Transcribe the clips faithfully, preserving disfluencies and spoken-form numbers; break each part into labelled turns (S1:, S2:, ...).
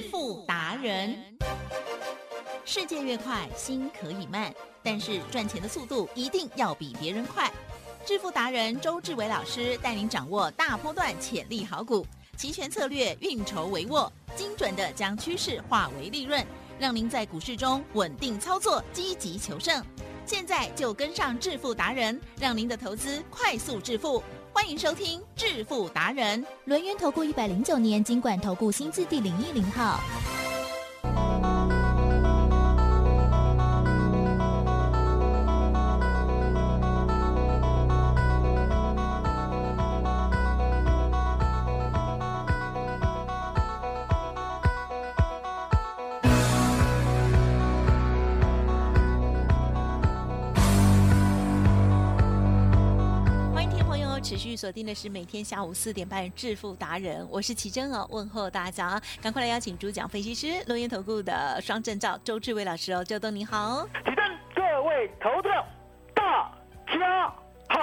S1: 富达人。世界越快，心可以慢，但是赚钱的速度一定要比别人快。致富达人周志伟老师带您掌握大波段潜力好股，期权策略运筹帷幄，精准的将趋势化为利润，让您在股市中稳定操作，积极求胜。现在就跟上致富达人，让您的投资快速致富。欢迎收听致富达人。
S2: 轮源投顾一百零九年金管投顾新字第零一零号。
S1: 持续锁定的是每天下午四点半致富达人，我是奇珍哦，问候大家，赶快来邀请主讲分析师轮源投顾的双证照周志伟老师哦，周董你好。
S3: 奇珍，各位投资者大家好。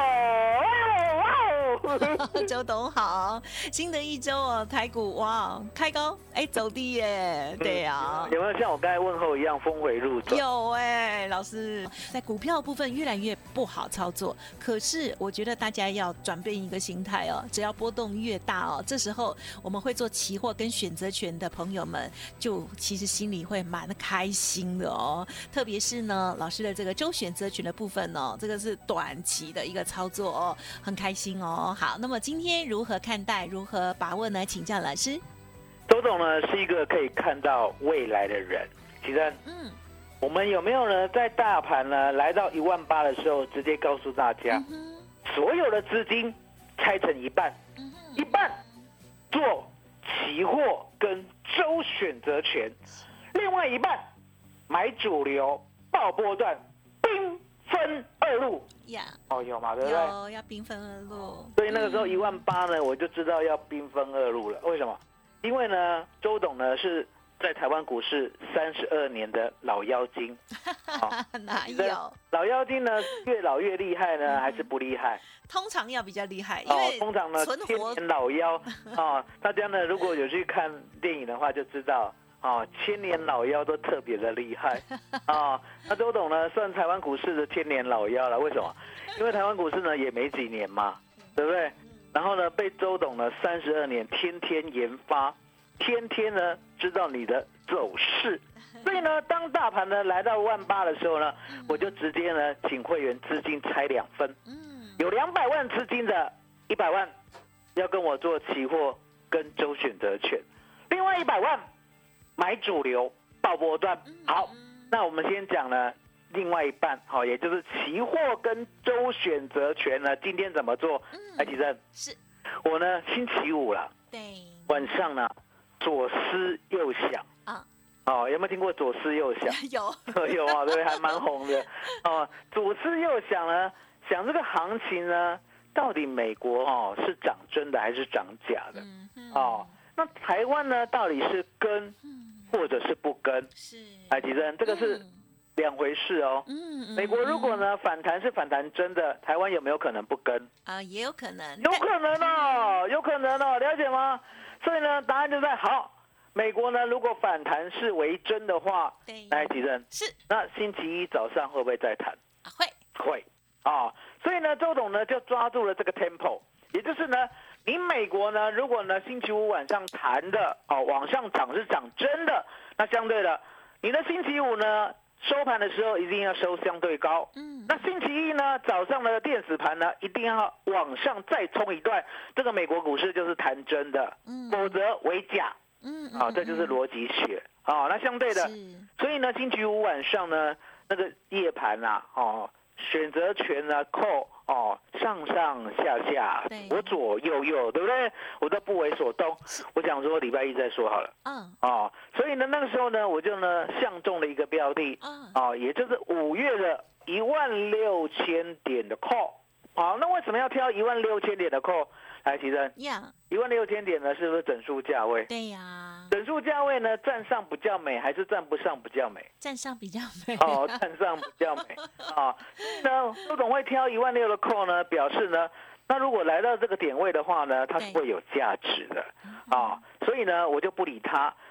S1: 周董好，新的一周哦，台股哇开高哎走低耶，对啊、
S3: 嗯，有没有像我刚才问候一样峰回路转？
S1: 有哎，老师在股票部分越来越不好操作，可是我觉得大家要转变一个心态哦，只要波动越大哦，这时候我们会做期货跟选择权的朋友们，就其实心里会蛮开心的哦，特别是呢老师的这个周选择权的部分哦，这个是短期的一个操作哦，很开心哦。好，那么今天如何看待，如何把握呢？请教老师。
S3: 周总呢是一个可以看到未来的人，其实，嗯，我们有没有呢在大盘呢来到一万八的时候，直接告诉大家，嗯、所有的资金拆成一半，嗯、一半做期货跟周选择权，另外一半买主流爆波段，兵分二路。
S1: Yeah.
S3: 哦，有嘛，对不对？
S1: 有，要兵分二路。
S3: 所以那个时候一万八呢，我就知道要兵分二路了。为什么？因为呢，周董呢是在台湾股市三十二年的老妖精。哦、
S1: 哪有？
S3: 老妖精呢，越老越厉害呢，还是不厉害？
S1: 通常要比较厉害，因为、
S3: 哦、通常呢，千年老妖哦，大家呢如果有去看电影的话，就知道。哦，千年老妖都特别的厉害啊、哦！那周董呢，算台湾股市的千年老妖了。为什么？因为台湾股市呢也没几年嘛，对不对？然后呢，被周董呢三十二年天天研发，天天呢知道你的走势。所以呢，当大盘呢来到万八的时候呢，我就直接呢请会员资金拆两分，有两百万资金的一百万要跟我做期货跟周选择权，另外一百万。买主流爆波段。好，那我们先讲呢另外一半，好，也就是期货跟周选择权呢，今天怎么做？来，奇珍，
S1: 是
S3: 我呢星期五了，
S1: 对，
S3: 晚上呢左思右想啊，哦，有没有听过左思右想？
S1: 有，
S3: 有啊，对，还蛮红的哦。左思右想呢，想这个行情呢，到底美国哦是涨真的还是涨假的？嗯嗯、哦，那台湾呢，到底是跟？或者是不跟，是，哎，奇珍，这个是两回事哦。嗯嗯。美国如果呢反弹是反弹真的，台湾有没有可能不跟？啊、
S1: 呃，也有可能。
S3: 有可能哦，有可能哦，了解吗？所以呢，答案就在好。美国呢，如果反弹是为真的话，对，来，奇珍，
S1: 是。
S3: 那星期一早上会不会再弹？
S1: 啊，会，
S3: 会。啊、哦，所以呢，周董呢就抓住了这个 tempo， 也就是呢。你美国呢？如果呢星期五晚上弹的哦，往上涨是涨真的，那相对的，你的星期五呢收盘的时候一定要收相对高。嗯，那星期一呢早上的电子盘呢一定要往上再冲一段，这个美国股市就是弹真的，嗯，否则为假。嗯，啊、哦，这就是逻辑学啊、哦。那相对的，所以呢星期五晚上呢那个夜盘啊，哦，选择权呢 call。哦，上上下下，左左右右，对不对？我都不为所动。我想说礼拜一再说好了。嗯。哦，所以呢，那个时候呢，我就呢相中了一个标的。嗯。哦，也就是五月的一万六千点的 call。好，那为什么要挑一万六千点的 call？来，奇珍，一万六千点呢，是不是整数价位？
S1: 对呀、啊。
S3: 整数价位呢，站上不叫美，还是站不上不叫美？
S1: 站上比较美。
S3: 哦，站上不叫美。啊，那周总会挑一万六的 call 呢，表示呢，那如果来到这个点位的话呢，它是会有价值的。啊，所以呢，我就不理它。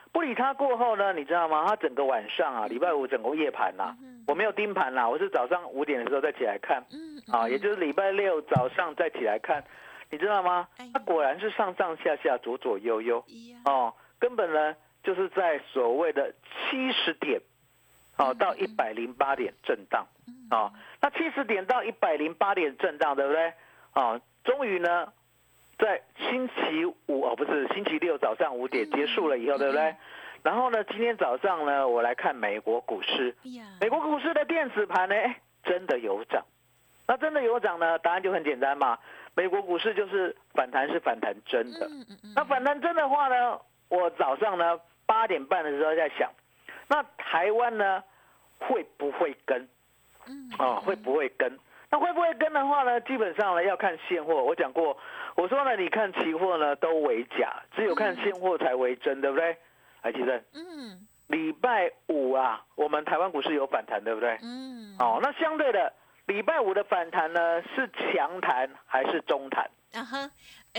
S3: 不理它过后呢，你知道吗？它整个晚上啊，礼拜五整个夜盘呐、啊，我没有盯盘啦，我是早上五点的时候再起来看，啊，也就是礼拜六早上再起来看，你知道吗？它果然是上上下下、左左右右，哦，根本呢就是在所谓的七十点，哦，到一百零八点震荡，哦，那七十点到一百零八点震荡，对不对？哦，终于呢。在星期五哦，不是星期六早上五点结束了以后，对不对？然后呢，今天早上呢，我来看美国股市，美国股市的电子盘呢，哎，真的有涨。那真的有涨呢？答案就很简单嘛，美国股市就是反弹是反弹真的。那反弹真的话呢，我早上呢八点半的时候在想，那台湾呢会不会跟？哦，会不会跟？那会不会跟的话呢？基本上呢要看现货。我讲过，我说呢，你看期货呢都为假，只有看现货才为真，对不对？来，奇正，嗯，礼拜五啊，我们台湾股市有反弹，对不对？嗯，哦，那相对的，礼拜五的反弹呢是强弹还是中弹？
S1: 啊哈，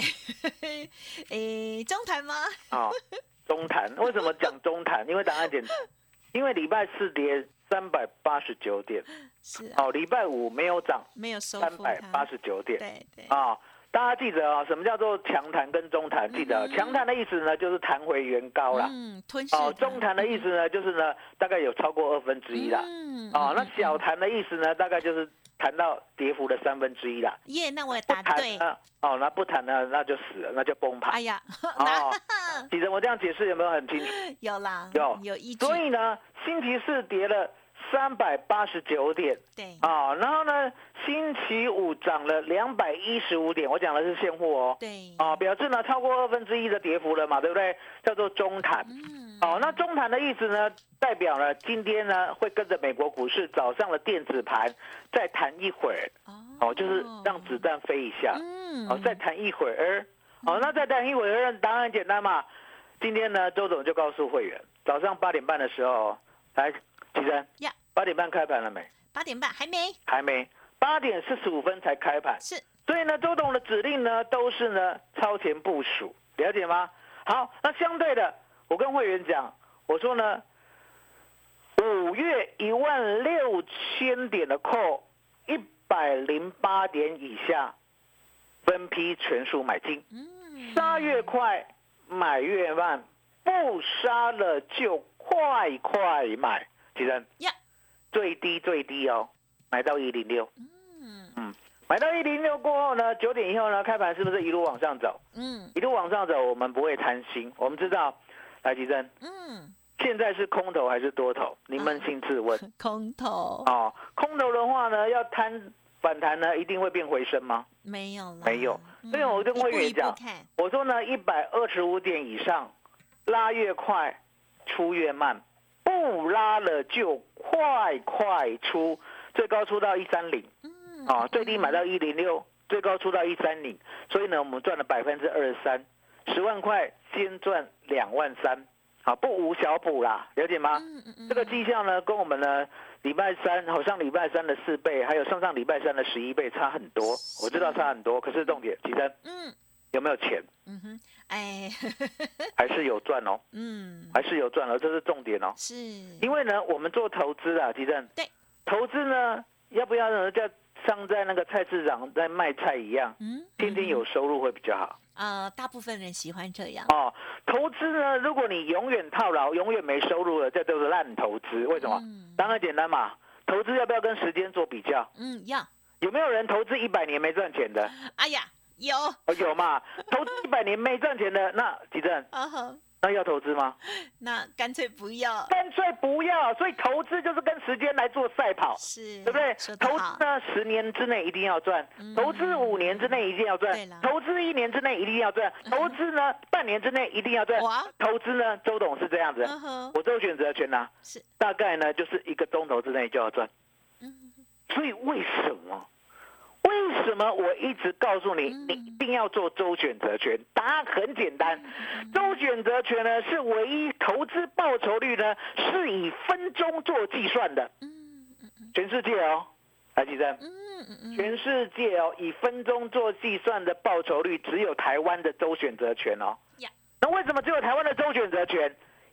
S1: 诶，中弹吗？
S3: 啊、哦，中弹。为什么讲中弹？因为答案简单，因为礼拜四跌三百八十九点。是啊，哦，礼拜五没有涨，
S1: 没有收
S3: 三百八十九点，
S1: 对对
S3: 啊、哦，大家记得啊、哦，什么叫做强弹跟中弹？记得，强弹的意思呢就是弹回原高啦，
S1: 嗯，吞噬。
S3: 哦，中弹的意思呢就是呢大概有超过二分之一啦，嗯，哦，那小弹的意思呢大概就是弹到跌幅的三分之一啦。
S1: 耶，那我也答对。
S3: 哦，那不弹呢那就死了，那就崩盘。
S1: 哎呀，
S3: 哦，记得我这样解释有没有很清楚？
S1: 有啦，
S3: 有
S1: 有依据。
S3: 所以呢，星期四跌了三百八十九点，
S1: 对
S3: 啊、哦，然后呢，星期五涨了两百一十五点，我讲的是现货哦，
S1: 对，
S3: 啊、哦，表示呢超过二分之一的跌幅了嘛，对不对？叫做中弹，嗯，哦，那中弹的意思呢，代表了今天呢会跟着美国股市早上的电子盘再弹一会儿，哦，就是让子弹飞一下，嗯，哦，再弹一会儿，哦，那再弹一会儿，答案简单嘛，今天呢周总就告诉会员，早上八点半的时候来。奇珍，八点半开盘了没？
S1: 八点半还没，
S3: 还没。八点四十五分才开盘，
S1: 是。
S3: 所以呢，周董的指令呢都是呢超前部署，了解吗？好，那相对的，我跟会员讲，我说呢，五月一万六千点的 call， 一百零八点以下，分批全数买进，嗯，杀越快，买越慢，不杀了就快快买。其实，最低最低哦，买到一零六，嗯嗯，买到一零六过后呢，九点以后呢，开盘是不是一路往上走？嗯，一路往上走，我们不会贪心，我们知道，来吉珍，嗯，现在是空头还是多头？你扪心自问。
S1: 啊、空头。
S3: 哦，空头的话呢，要贪反弹呢，一定会变回升吗？
S1: 没有了，
S3: 没有。所以我跟会员讲，我说呢，一百二十五点以上，拉越快，出越慢。不拉了就快快出，最高出到一三零，啊，最低买到一零六，最高出到一三零，所以呢，我们赚了百分之二十三，十万块先赚两万三，啊，不无小补啦，了解吗？嗯嗯嗯、这个绩效呢，跟我们呢礼拜三，好像礼拜三的四倍，还有上上礼拜三的十一倍差很多，我知道差很多，可是重点，其实嗯，有没有钱？嗯哼。哎，还是有赚哦，嗯，还是有赚哦，这是重点哦。
S1: 是，
S3: 因为呢，我们做投资啊，吉正，
S1: 对，
S3: 投资呢，要不要呢，叫像在那个菜市场在卖菜一样，嗯，天天有收入会比较好。
S1: 呃，大部分人喜欢这样。
S3: 哦，投资呢，如果你永远套牢，永远没收入了，这就是烂投资。为什么？嗯、当然简单嘛，投资要不要跟时间做比较？
S1: 嗯，要。
S3: 有没有人投资一百年没赚钱的？
S1: 哎呀。有、
S3: 哦、有嘛？投资一百年没赚钱的，那吉正， uh-huh. 那要投资吗？
S1: 那干脆不要，
S3: 干脆不要。所以投资就是跟时间来做赛跑，
S1: 是，
S3: 对不对？投资呢，十年之内一定要赚、嗯，投资五年之内一定要赚，投资一年之内一定要赚，投资呢半年之内一定要赚。投资呢，周董是这样子， uh-huh. 我周选择权呢、啊，是大概呢就是一个钟头之内就要赚。嗯，所以为什么？为什么我一直告诉你，你一定要做周选择权？答案很简单，周选择权呢是唯一投资报酬率呢是以分钟做计算的。全世界哦，来记得，全世界哦以分钟做计算的报酬率只有台湾的周选择权哦。那为什么只有台湾的周选择权？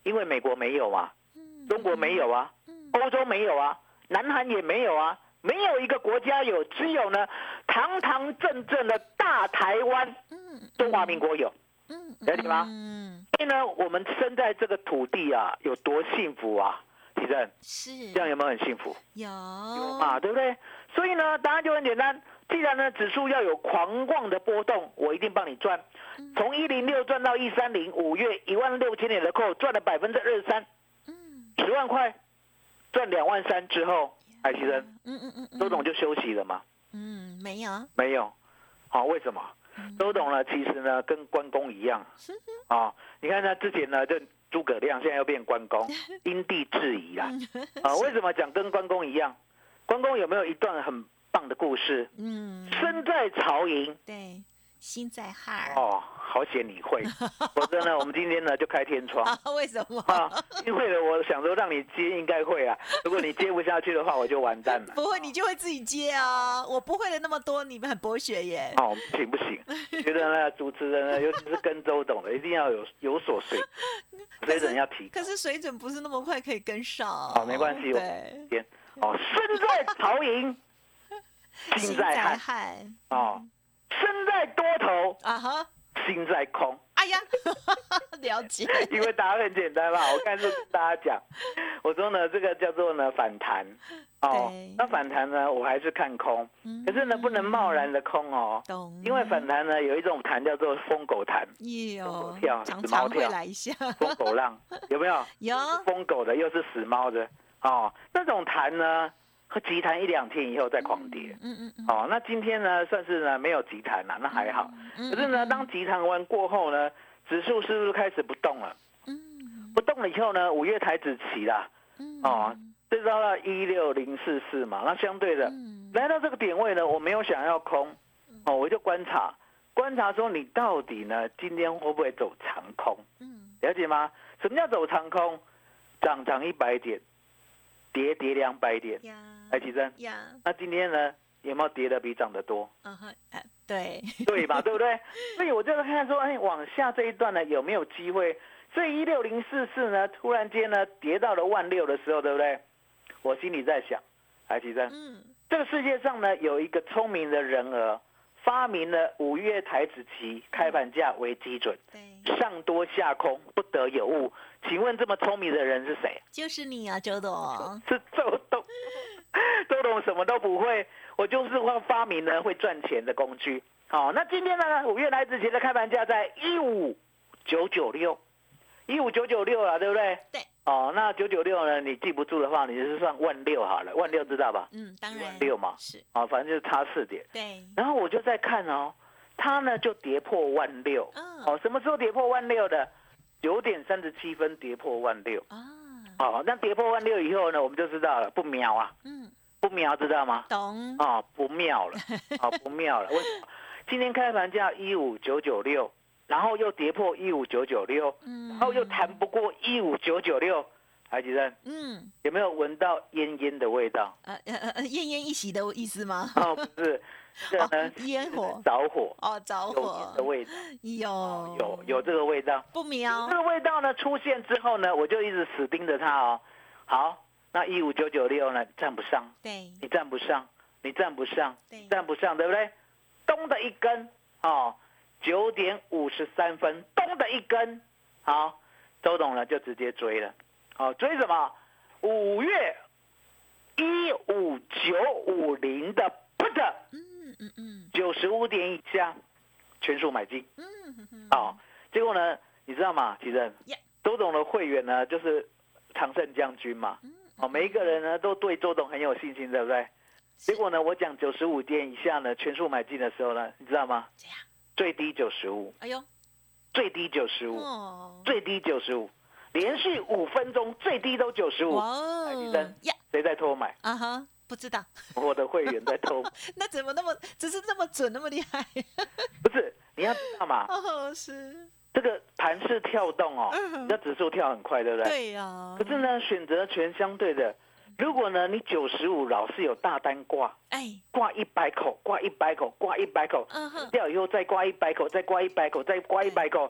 S3: 因为美国没有啊，中国没有啊，欧洲没有啊，南韩也没有啊，没有一个国家有，只有呢堂堂正正的大台湾，中华民国有，了解吗？所以呢，我们生在这个土地啊，有多幸福啊！提正
S1: 是
S3: 这样有没有很幸福？
S1: 有
S3: 有嘛，对不对？所以呢，答案就很简单。既然呢指数要有狂妄的波动，我一定帮你赚。从一零六赚到一三零，五月一万六千点的扣赚了百分之二十三，十万块赚两万三之后，哎，提正，嗯嗯嗯，周董就休息了嘛？
S1: 嗯，没有，
S3: 没有。好、哦，为什么？周董呢，其实呢跟关公一样啊、哦。你看他之前呢就诸葛亮，现在又变关公，因地制宜啦。啊、哦，为什么讲跟关公一样？关公有没有一段很棒的故事？嗯，身在曹营，
S1: 对，心在汉。
S3: 哦，好险你会，否则呢，我们今天呢就开天窗。
S1: 啊、为什么？
S3: 啊，因为呢，我想说让你接应该会啊，如果你接不下去的话，我就完蛋了。
S1: 不会，你就会自己接啊。我不会的那么多，你们很博学耶。
S3: 哦，行不行？觉得呢，主持人呢，尤其是跟周董的，一定要有有所水水准要提高。
S1: 可是水准不是那么快可以跟上。
S3: 哦，没关系，
S1: 对。
S3: 哦，身在曹营，心在汉。哦，身在多头啊哈，心在空。
S1: 哎呀，了解。
S3: 因为答案很简单嘛，我刚才就跟大家讲，我说呢，这个叫做呢反弹。哦，那反弹呢，我还是看空，可是呢，不能贸然的空哦，因为反弹呢有一种弹叫做疯狗弹，疯狗跳、死猫跳，疯狗浪有没有？
S1: 有。
S3: 疯狗的又是死猫的，哦，那种弹呢，和急弹一两天以后再狂跌，嗯嗯嗯，哦，那今天呢算是呢没有急弹啦，那还好，可是呢，当急弹完过后呢，指数是不是开始不动了？嗯，不动了以后呢，五月台指期啦，哦。这到了一六零四四嘛，那相对的、嗯、来到这个点位呢，我没有想要空，哦，我就观察，观察说你到底呢今天会不会走长空？嗯，了解吗？什么叫走长空？涨涨一百点，跌跌两百点，来提升。那今天呢有没有跌的比涨得多？
S1: 嗯哼，呃，对，
S3: 对吧？对不对？所以我就看说，哎，往下这一段呢有没有机会？所以一六零四四呢，突然间呢跌到了万六的时候，对不对？我心里在想，海奇珍，嗯，这个世界上呢有一个聪明的人儿，发明了五月台指期开盘价为基准，对，上多下空不得有误。请问这么聪明的人是谁？
S1: 就是你啊，周董。
S3: 是周董，周董什么都不会，我就是会发明呢会赚钱的工具。好，那今天呢五月台指期的开盘价在一五九九六，一五九九六了，对不对？
S1: 对。
S3: 哦，那九九六呢？你记不住的话，你就是算万六好了。万六知道吧？
S1: 嗯，当然。
S3: 万六嘛，
S1: 是。
S3: 啊、哦，反正就是差四点。
S1: 对。
S3: 然后我就在看哦，它呢就跌破万六。嗯。哦，什么时候跌破万六的？九点三十七分跌破万六。啊。哦，那跌破万六以后呢，我们就知道了，不妙啊。嗯。不妙，知道吗？
S1: 懂。
S3: 哦，不妙了。哦，不妙了。为什么？今天开盘价一五九九六。然后又跌破一五九九六，然后又弹不过一五九九六，海吉生，嗯，有没有闻到烟烟的味道？
S1: 呃呃呃，奄奄一息的意思吗？
S3: 哦，不是，这个呢，
S1: 烟火，
S3: 着火，
S1: 哦，着火
S3: 的味道，
S1: 有
S3: 有有这个味道，
S1: 不妙。
S3: 这个味道呢出现之后呢，我就一直死盯着它哦。好，那一五九九六呢站不上，
S1: 对，
S3: 你站不上，你站不上，站不上，对不对？咚的一根，哦。九点五十三分，咚的一根，好，周董呢就直接追了，好，追什么？五月一五九五零的 put， 嗯嗯嗯，九十五点以下，全数买进，嗯嗯嗯，好，结果呢，你知道吗？其实周董的会员呢就是常胜将军嘛，哦，每一个人呢都对周董很有信心，对不对？结果呢，我讲九十五点以下呢，全数买进的时候呢，你知道吗？这样。最低九十五，哎呦，最低九十五，最低九十五，连续五分钟最低都九十五。哇，谁在偷买？
S1: 啊哈，不知道。
S3: 我的会员在偷买。
S1: 那怎么那么，只是那么准，那么厉害？
S3: 不是，你要知道嘛。
S1: 哦，是。
S3: 这个盘势跳动哦，那指数跳很快，对不对？
S1: 对呀。
S3: 可是呢，选择权相对的。如果呢，你九十五老是有大单挂，哎，挂一百口，挂一百口，挂一百口，嗯哼，掉以后再挂一百口，再挂一百口，再挂一百口，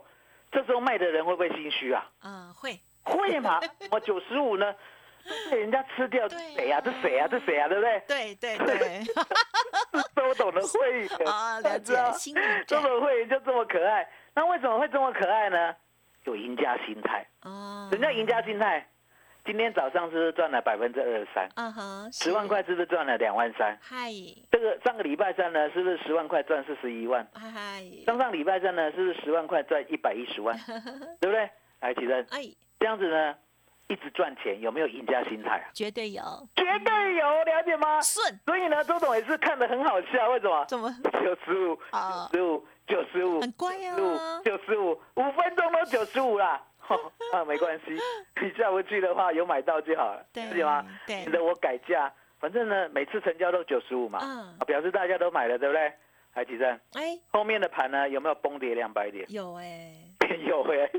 S3: 这时候卖的人会不会心虚啊？
S1: 嗯，会
S3: 会嘛？我九十五呢，被人家吃掉，这谁啊？这谁啊？这谁啊？对不对？
S1: 对对对，
S3: 是周董的会员
S1: 啊，了解，心理
S3: 周董会员就这么可爱。那为什么会这么可爱呢？有赢家心态。
S1: 哦，
S3: 人家赢家心态，今天早上是不是赚了百分之二十三？
S1: 嗯哼，
S3: 十万块是不是赚了两万三？
S1: 嗨，
S3: 这个上个礼拜三呢，是不是十万块赚四十一万？
S1: 嗨，
S3: 上上礼拜三呢，是不是十万块赚一百一十万？对不对？来，启正，
S1: 哎，
S3: 这样子呢，一直赚钱，有没有赢家心态啊？
S1: 绝对有，
S3: 绝对有，了解吗？
S1: 顺，
S3: 所以呢，周董也是看得很好笑，为什么？
S1: 怎么？
S3: 九十五，
S1: 啊
S3: 十五，九十五，
S1: 很乖啊，
S3: 九十五，五分钟都九十五啦。哦，啊，没关系，你下不去的话有买到就好了，了解吗？
S1: 对，
S3: 免得我改价，反正呢每次成交都九十五嘛，
S1: 嗯，
S3: 表示大家都买了，对不对？海奇正，
S1: 哎，
S3: 后面的盘呢有没有崩跌两百点？
S1: 有哎，
S3: 有哎，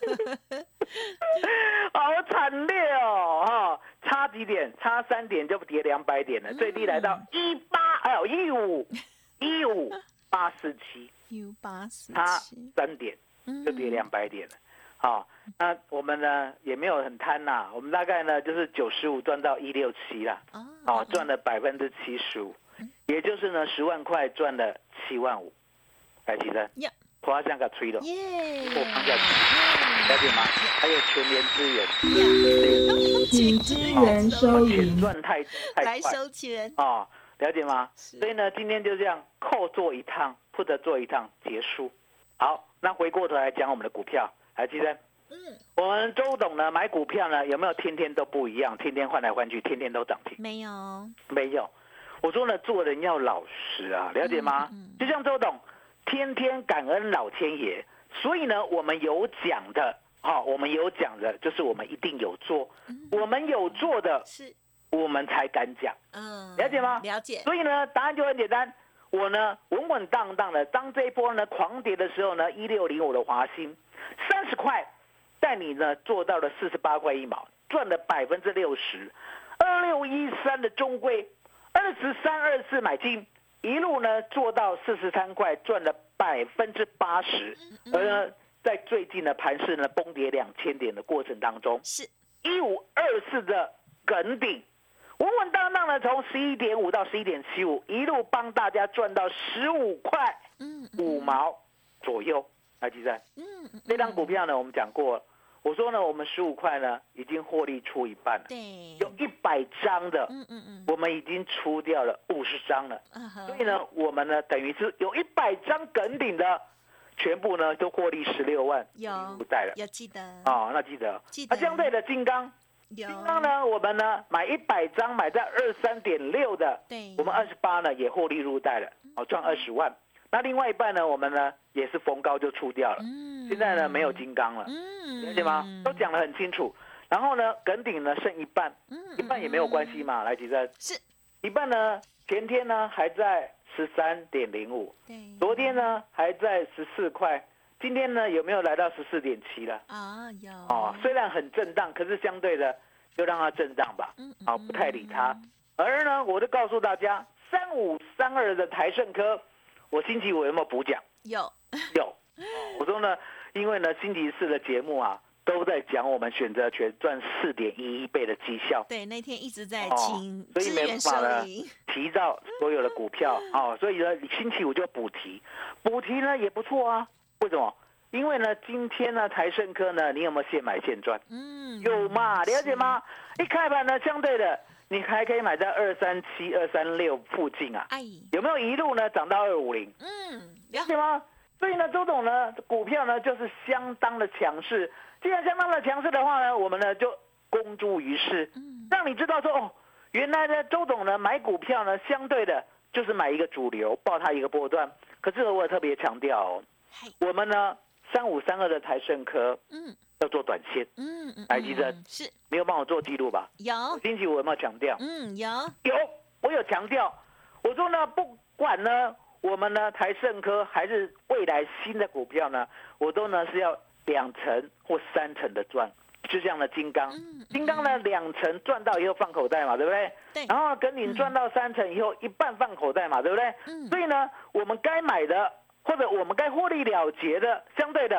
S3: 好惨烈哦，哈，差几点？差三点就跌两百点了，最低来到一八，还有一五一五八四七，
S1: 一八四
S3: 差
S1: 七，
S3: 三点就跌两百点了。好，那我们呢也没有很贪呐，我们大概呢就是九十五赚到一六七啦，哦，赚了百分之七十五，也就是呢十万块赚了七万五，来提升，花香个吹了，
S1: 耶，
S3: 我放下去，了解吗？还有全年资源，
S2: 请支援收银，
S3: 赚太太
S1: 来收钱
S3: 哦，了解吗？所以呢，今天就这样扣做一趟，put 做一趟结束。好，那回过头来讲我们的股票。还记得，嗯，我们周董呢买股票呢有没有天天都不一样，天天换来换去，天天都涨停？
S1: 没有，
S3: 没有。我说呢，做人要老实啊，了解吗？嗯嗯、就像周董，天天感恩老天爷，所以呢，我们有讲的，好、哦，我们有讲的，就是我们一定有做，嗯、我们有做的，是，我们才敢讲，嗯，了解吗？
S1: 了解。
S3: 所以呢，答案就很简单。我呢稳稳当当的，当这一波呢狂跌的时候呢，一六零五的华兴三十块，带你呢做到了四十八块一毛，赚了百分之六十。二六一三的中规，二十三二四买进，一路呢做到四十三块，赚了百分之八十。而呢在最近的盘势呢崩跌两千点的过程当中，是一五二四的耿鼎。稳稳当当的从十一点五到十一点七五，一路帮大家赚到十五块五毛左右。来，计算，这张股票呢，我们讲过了。我说呢，我们十五块呢已经获利出一半了，对，有一百张的，嗯嗯嗯，我们已经出掉了五十张了，所以呢，我们呢等于是有一百张耿鼎的，全部呢都获利十六万，
S1: 有
S3: 不带了，
S1: 有记得
S3: 啊、哦，那记得，记得。那相对的金刚。金刚呢，我们呢买一百张，买在二三点六的，对，我们二十八呢也获利入袋了，哦，赚二十万。那另外一半呢，我们呢也是逢高就出掉了，嗯，现在呢没有金刚了，嗯，了解吗？都讲得很清楚。然后呢，耿鼎呢剩一半，嗯，一半也没有关系嘛，来，吉珍，是一半呢，前天呢还在十三点零五，对，昨天呢还在十四块。今天呢有没有来到十四点七了？啊，有哦，虽然很震荡，可是相对的就让它震荡吧，嗯，好，不太理它。而呢，我就告诉大家，三五三二的台盛科，我星期五有没有补讲？有，有。哦、我说呢，因为呢星期四的节目啊，都在讲我们选择权赚四点一一倍的绩效。对，那天一直在请支援收银，提到所有的股票，哦，所以呢星期五就补提，补提呢也不错啊。为什么？因为呢，今天呢，台盛科呢，你有没有现买现赚？嗯，有嘛？了解吗？一开盘呢，相对的，你还可以买在二三七、二三六附近啊。哎，有没有一路呢涨到二五零？嗯，了解吗？所以呢，周董呢，股票呢就是相当的强势。既然相当的强势的话呢，我们呢就公诸于世，让你知道说哦，原来呢，周董呢买股票呢，相对的就是买一个主流，报它一个波段。可是我也特别强调哦。我们呢，三五三二的台盛科，嗯，要做短线，嗯嗯，来，吉珍是，你有帮我做记录吧？有，星期五有没有强调？嗯，有，有，我有强调。我说呢，不管呢，我们呢台盛科还是未来新的股票呢，我都呢是要两成或三成的赚。就这样的金刚，金刚呢两成赚到以后放口袋嘛，对不对？对。然后耿鼎赚到三成以后，一半放口袋嘛，对不对？嗯。所以呢，我们该买的。或者我们该获利了结的，相对的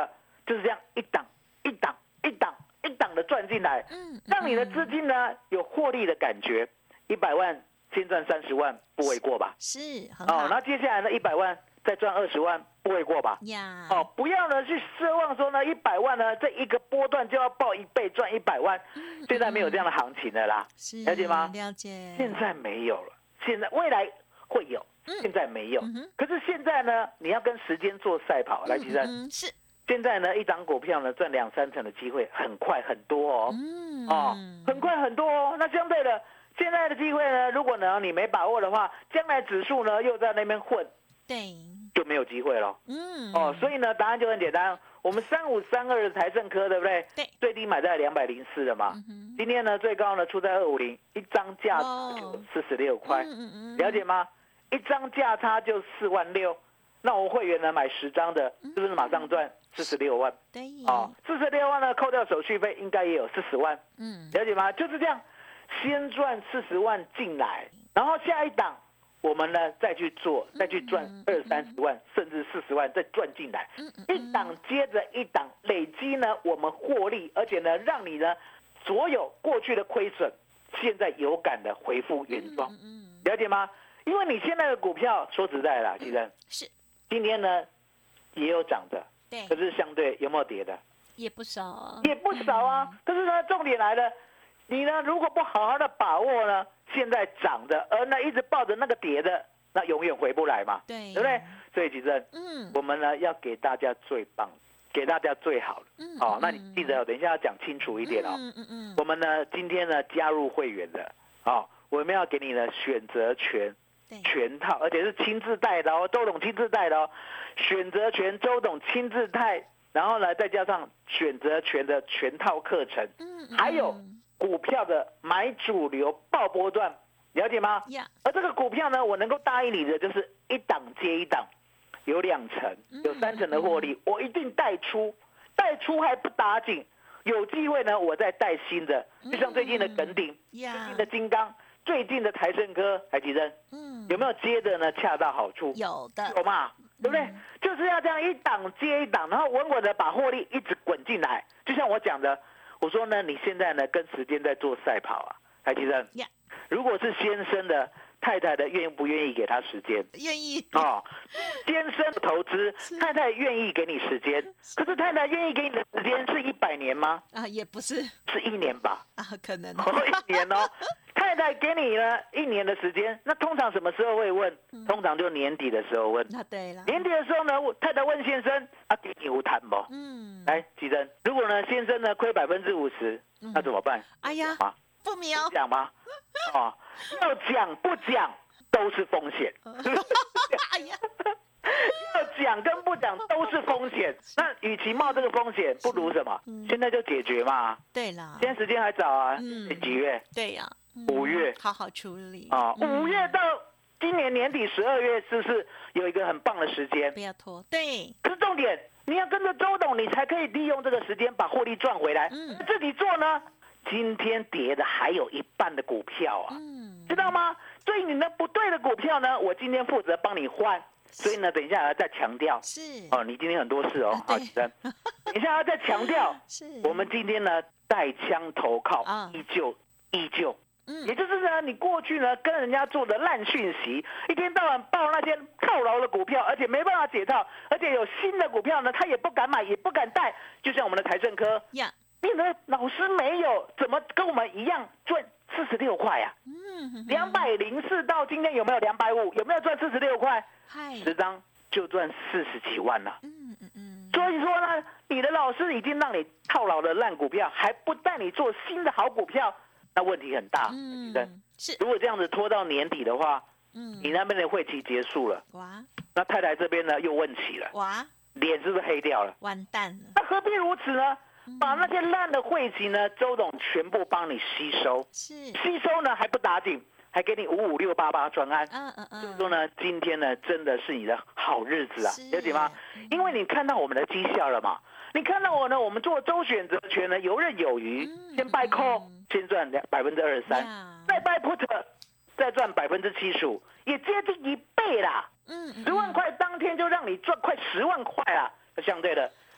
S3: 就是这样一档一档一档一档的赚进来，
S1: 嗯，
S3: 让你的资金呢有获利的感觉，一百万先赚三十万不为过吧？
S1: 是很好。
S3: 哦，那接下来呢一百万再赚二十万不为过吧？
S1: 呀，
S3: 哦，不要呢去奢望说呢一百万呢这一个波段就要报一倍赚一百万，现在没有这样的行情的啦，
S1: 是
S3: 了解吗？
S1: 了解。
S3: 现在没有了，现在未来会有，现在没有。
S1: 嗯哼
S3: 可是现在呢，你要跟时间做赛跑，来，其实
S1: 嗯，是，
S3: 现在呢一档股票呢赚两三成的机会很快很多哦，
S1: 嗯，
S3: 哦，很快很多哦。那相对的，现在的机会呢，如果呢你没把握的话，将来指数呢又在那边混，
S1: 对，
S3: 就没有机会了。
S1: 嗯，
S3: 哦，所以呢，答案就很简单，我们三五三二的台盛科，对不对？
S1: 对，
S3: 最低买在两百零四的嘛。
S1: 嗯哼
S3: 今天呢，最高呢出在二五零，一张价
S1: 哦
S3: 就四十六块，
S1: 嗯嗯嗯，
S3: 了解吗？一张价差就四万六，那我会员呢买十张的，是不是马上赚四十六万？
S1: 对，
S3: 哦，四十六万呢，扣掉手续费，应该也有四十万，
S1: 嗯，
S3: 了解吗？就是这样，先赚四十万进来，然后下一档我们呢再去做，再去赚二三十万，甚至四十万再赚进来，一档接着一档累积呢，我们获利，而且呢，让你呢所有过去的亏损，现在有感的恢复原状，了解吗？因为你现在的股票，说实在啦，其实
S1: 是
S3: 今天呢也有涨的，
S1: 对
S3: 可，是相对有没有跌的？
S1: 也不少啊，
S3: 也不少啊。可是呢，重点来了，你呢如果不好好的把握呢，现在涨的，而呢一直抱着那个跌的，那永远回不来嘛，
S1: 对，
S3: 对不对？所以其实
S1: 嗯，
S3: 我们呢要给大家最棒，给大家最好的。
S1: 嗯，
S3: 哦，那你记得，等一下要讲清楚一点哦。
S1: 嗯嗯嗯，
S3: 我们呢今天呢加入会员的，哦，我们要给你呢选择权。
S1: 对，
S3: 全套，而且是亲自带的哦，周董亲自带的哦，选择权周董亲自带，然后呢再加上选择权的全套课程，
S1: 嗯，
S3: 还有股票的买主流爆波段，了解吗？
S1: 呀，
S3: 而这个股票呢，我能够答应你的就是一档接一档，有两成，有三成的获利，我一定带出，带出还不打紧，有机会呢我再带新的，就像最近的耿鼎，最近的金刚。最近的台盛科，海吉生，嗯，有没有接的呢？恰到好处，
S1: 有的，
S3: 有嘛，对不对？嗯、就是要这样一档接一档，然后稳稳的把获利一直滚进来。就像我讲的，我说呢，你现在呢跟时间在做赛跑啊，海吉生。
S1: Yeah.
S3: 如果是先生的、太太的，愿不愿意给他时间？
S1: 愿意
S3: 哦，先生投资，太太愿意给你时间，可是太太愿意给你的时间是一百年吗？
S1: 啊，也不是，
S3: 是一年吧？
S1: 啊，可能
S3: 哦，一年哦。太太给你呢一年的时间，那通常什么时候会问？通常就年底的时候问。
S1: 那对了。
S3: 年底的时候呢，太太问先生啊，给你无谈不？嗯。来，吉珍，如果呢先生呢亏百分之五十，那怎么办？
S1: 哎呀，
S3: 啊，
S1: 不明
S3: 讲吗？哦，要讲不讲都是风险。
S1: 哎呀，
S3: 要讲跟不讲都是风险。那与其冒这个风险，不如什么？现在就解决嘛。
S1: 对了，
S3: 现在时间还早啊，几月？
S1: 对呀。
S3: 五月，
S1: 好好处理
S3: 啊！五月到今年年底十二月，是不是有一个很棒的时间？
S1: 不要拖，对。
S3: 可是重点，你要跟着周董，你才可以利用这个时间把获利赚回来。嗯，自己做呢，今天跌的还有一半的股票啊，嗯，知道吗？所以你呢不对的股票呢，我今天负责帮你换。所以呢，等一下要再强调。
S1: 是
S3: 哦，你今天很多事哦，好，吉珍。等一下要再强调。
S1: 是。
S3: 我们今天呢带枪投靠，啊、依旧依旧。嗯，也就是呢，你过去呢跟人家做的烂讯息，一天到晚报那些套牢的股票，而且没办法解套，而且有新的股票呢，他也不敢买，也不敢带，就像我们的台盛科，呀，你的老师没有，怎么跟我们一样赚四十六块呀？嗯，两百零四到今天有没有两百五？有没有赚四十六块？嗨，十张就赚四十几万了。嗯嗯嗯。所以说呢，你的老师已经让你套牢的烂股票，还不带你做新的好股票。那问题很大，嗯，是。如果这样子拖到年底的话，嗯，你那边的会期结束了，哇，那太太这边呢又问起了，哇，脸是不是黑掉了？
S1: 完蛋了。
S3: 那何必如此呢？把那些烂的会期呢，周董全部帮你吸收，是吸收呢还不打紧，还给你五五六八八专案，嗯嗯嗯，就是说呢，今天呢真的是你的好日子啊，了解吗？因为你看到我们的绩效了嘛。你看到我呢？我们做周选择权呢，游刃有余。先buy call，先赚百分之二十三，再 buy put， 再赚百分之七十五，也接近一倍啦。嗯，十万块当天就让你赚快十万块啦。相对的，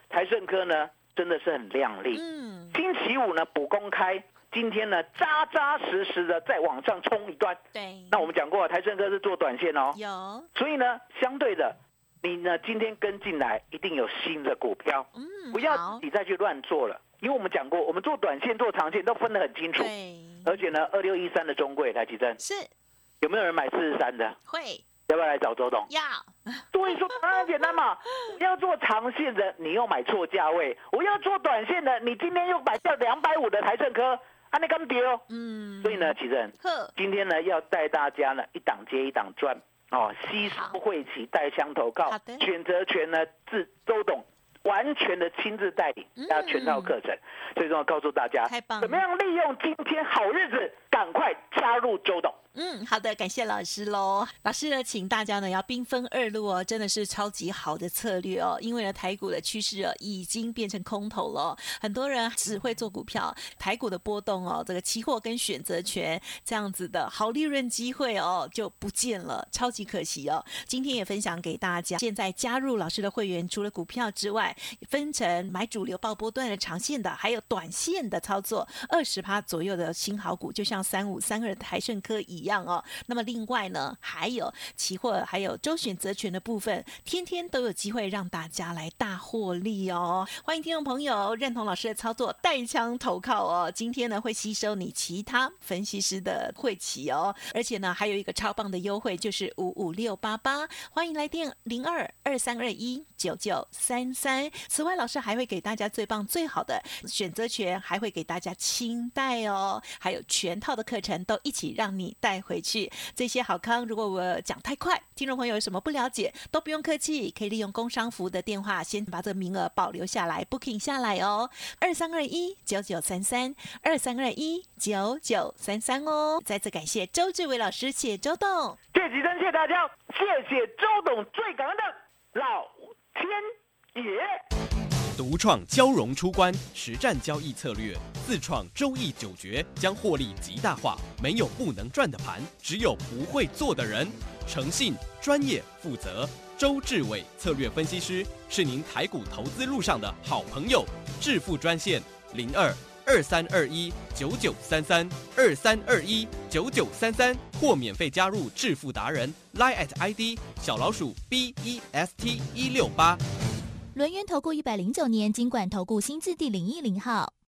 S3: 台盛科呢真的是很亮丽。嗯，星期五呢补公开，今天呢扎扎实实的再往上冲一段。
S1: 对，
S3: 那我们讲过，台盛科是做短线哦，
S1: 有，
S3: 所以呢，相对的，你呢今天跟进来，一定有新的股票，嗯，不要自己再去乱做了，因为我们讲过，我们做短线、做长线都分得很清楚。
S1: 对，
S3: 而且呢，二六一三的中贵来，奇珍
S1: 是
S3: 有没有人买四十三的？
S1: 会，
S3: 要不要来找周董？
S1: 要。
S3: 所以说当然简单嘛，我要做长线的，你又买错价位；我要做短线的，你今天又买掉两百五的台盛科。啊，你敢丢？嗯，所以呢，奇珍，今天呢要带大家呢一档接一档赚哦，吸收晦气，带枪投靠，选择权呢自周董完全的亲自带领，加全套课程，最重要告诉大家，怎么样利用今天好日子，赶快加入周董。
S1: 嗯，好的，感谢老师喽。老师呢，请大家呢要兵分二路哦，真的是超级好的策略哦。因为呢，台股的趋势哦已经变成空头了，很多人只会做股票，台股的波动哦，这个期货跟选择权这样子的好利润机会哦就不见了，超级可惜哦。今天也分享给大家，现在加入老师的会员，除了股票之外，分成买主流爆波段的长线的，还有短线的操作，二十趴左右的新好股，就像三五三二的台盛科一样。一样哦，那么另外呢，还有期货，还有周选择权的部分，天天都有机会让大家来大获利哦。欢迎听众朋友认同老师的操作，带枪投靠哦。今天呢会吸收你其他分析师的会期哦，而且呢还有一个超棒的优惠，就是五五六八八，欢迎来电零二二三二一九九三三。此外，老师还会给大家最棒最好的选择权，还会给大家清代哦，还有全套的课程都一起让你带回去。这些好康，如果我讲太快，听众朋友有什么不了解，都不用客气，可以利用工商服务的电话，先把这个名额保留下来 ，booking 下来哦，二三二一九九三三，二三二一九九三三哦。再次感谢周志伟老师，谢谢周董，
S3: 谢谢吉珍，谢谢大家，谢谢周董，最感恩的老天爷。
S4: 独创交融出关实战交易策略，自创周易九诀，将获利极大化。没有不能赚的盘，只有不会做的人。诚信、专业、负责，周志伟策略分析师是您台股投资路上的好朋友。致富专线零二二三二一九九三三二三二一九九三三，或免费加入致富达人 Line at I D 小老鼠 B E S T 一六八。
S2: 轮源投顾一百零九年金管投顾新字第零一零号。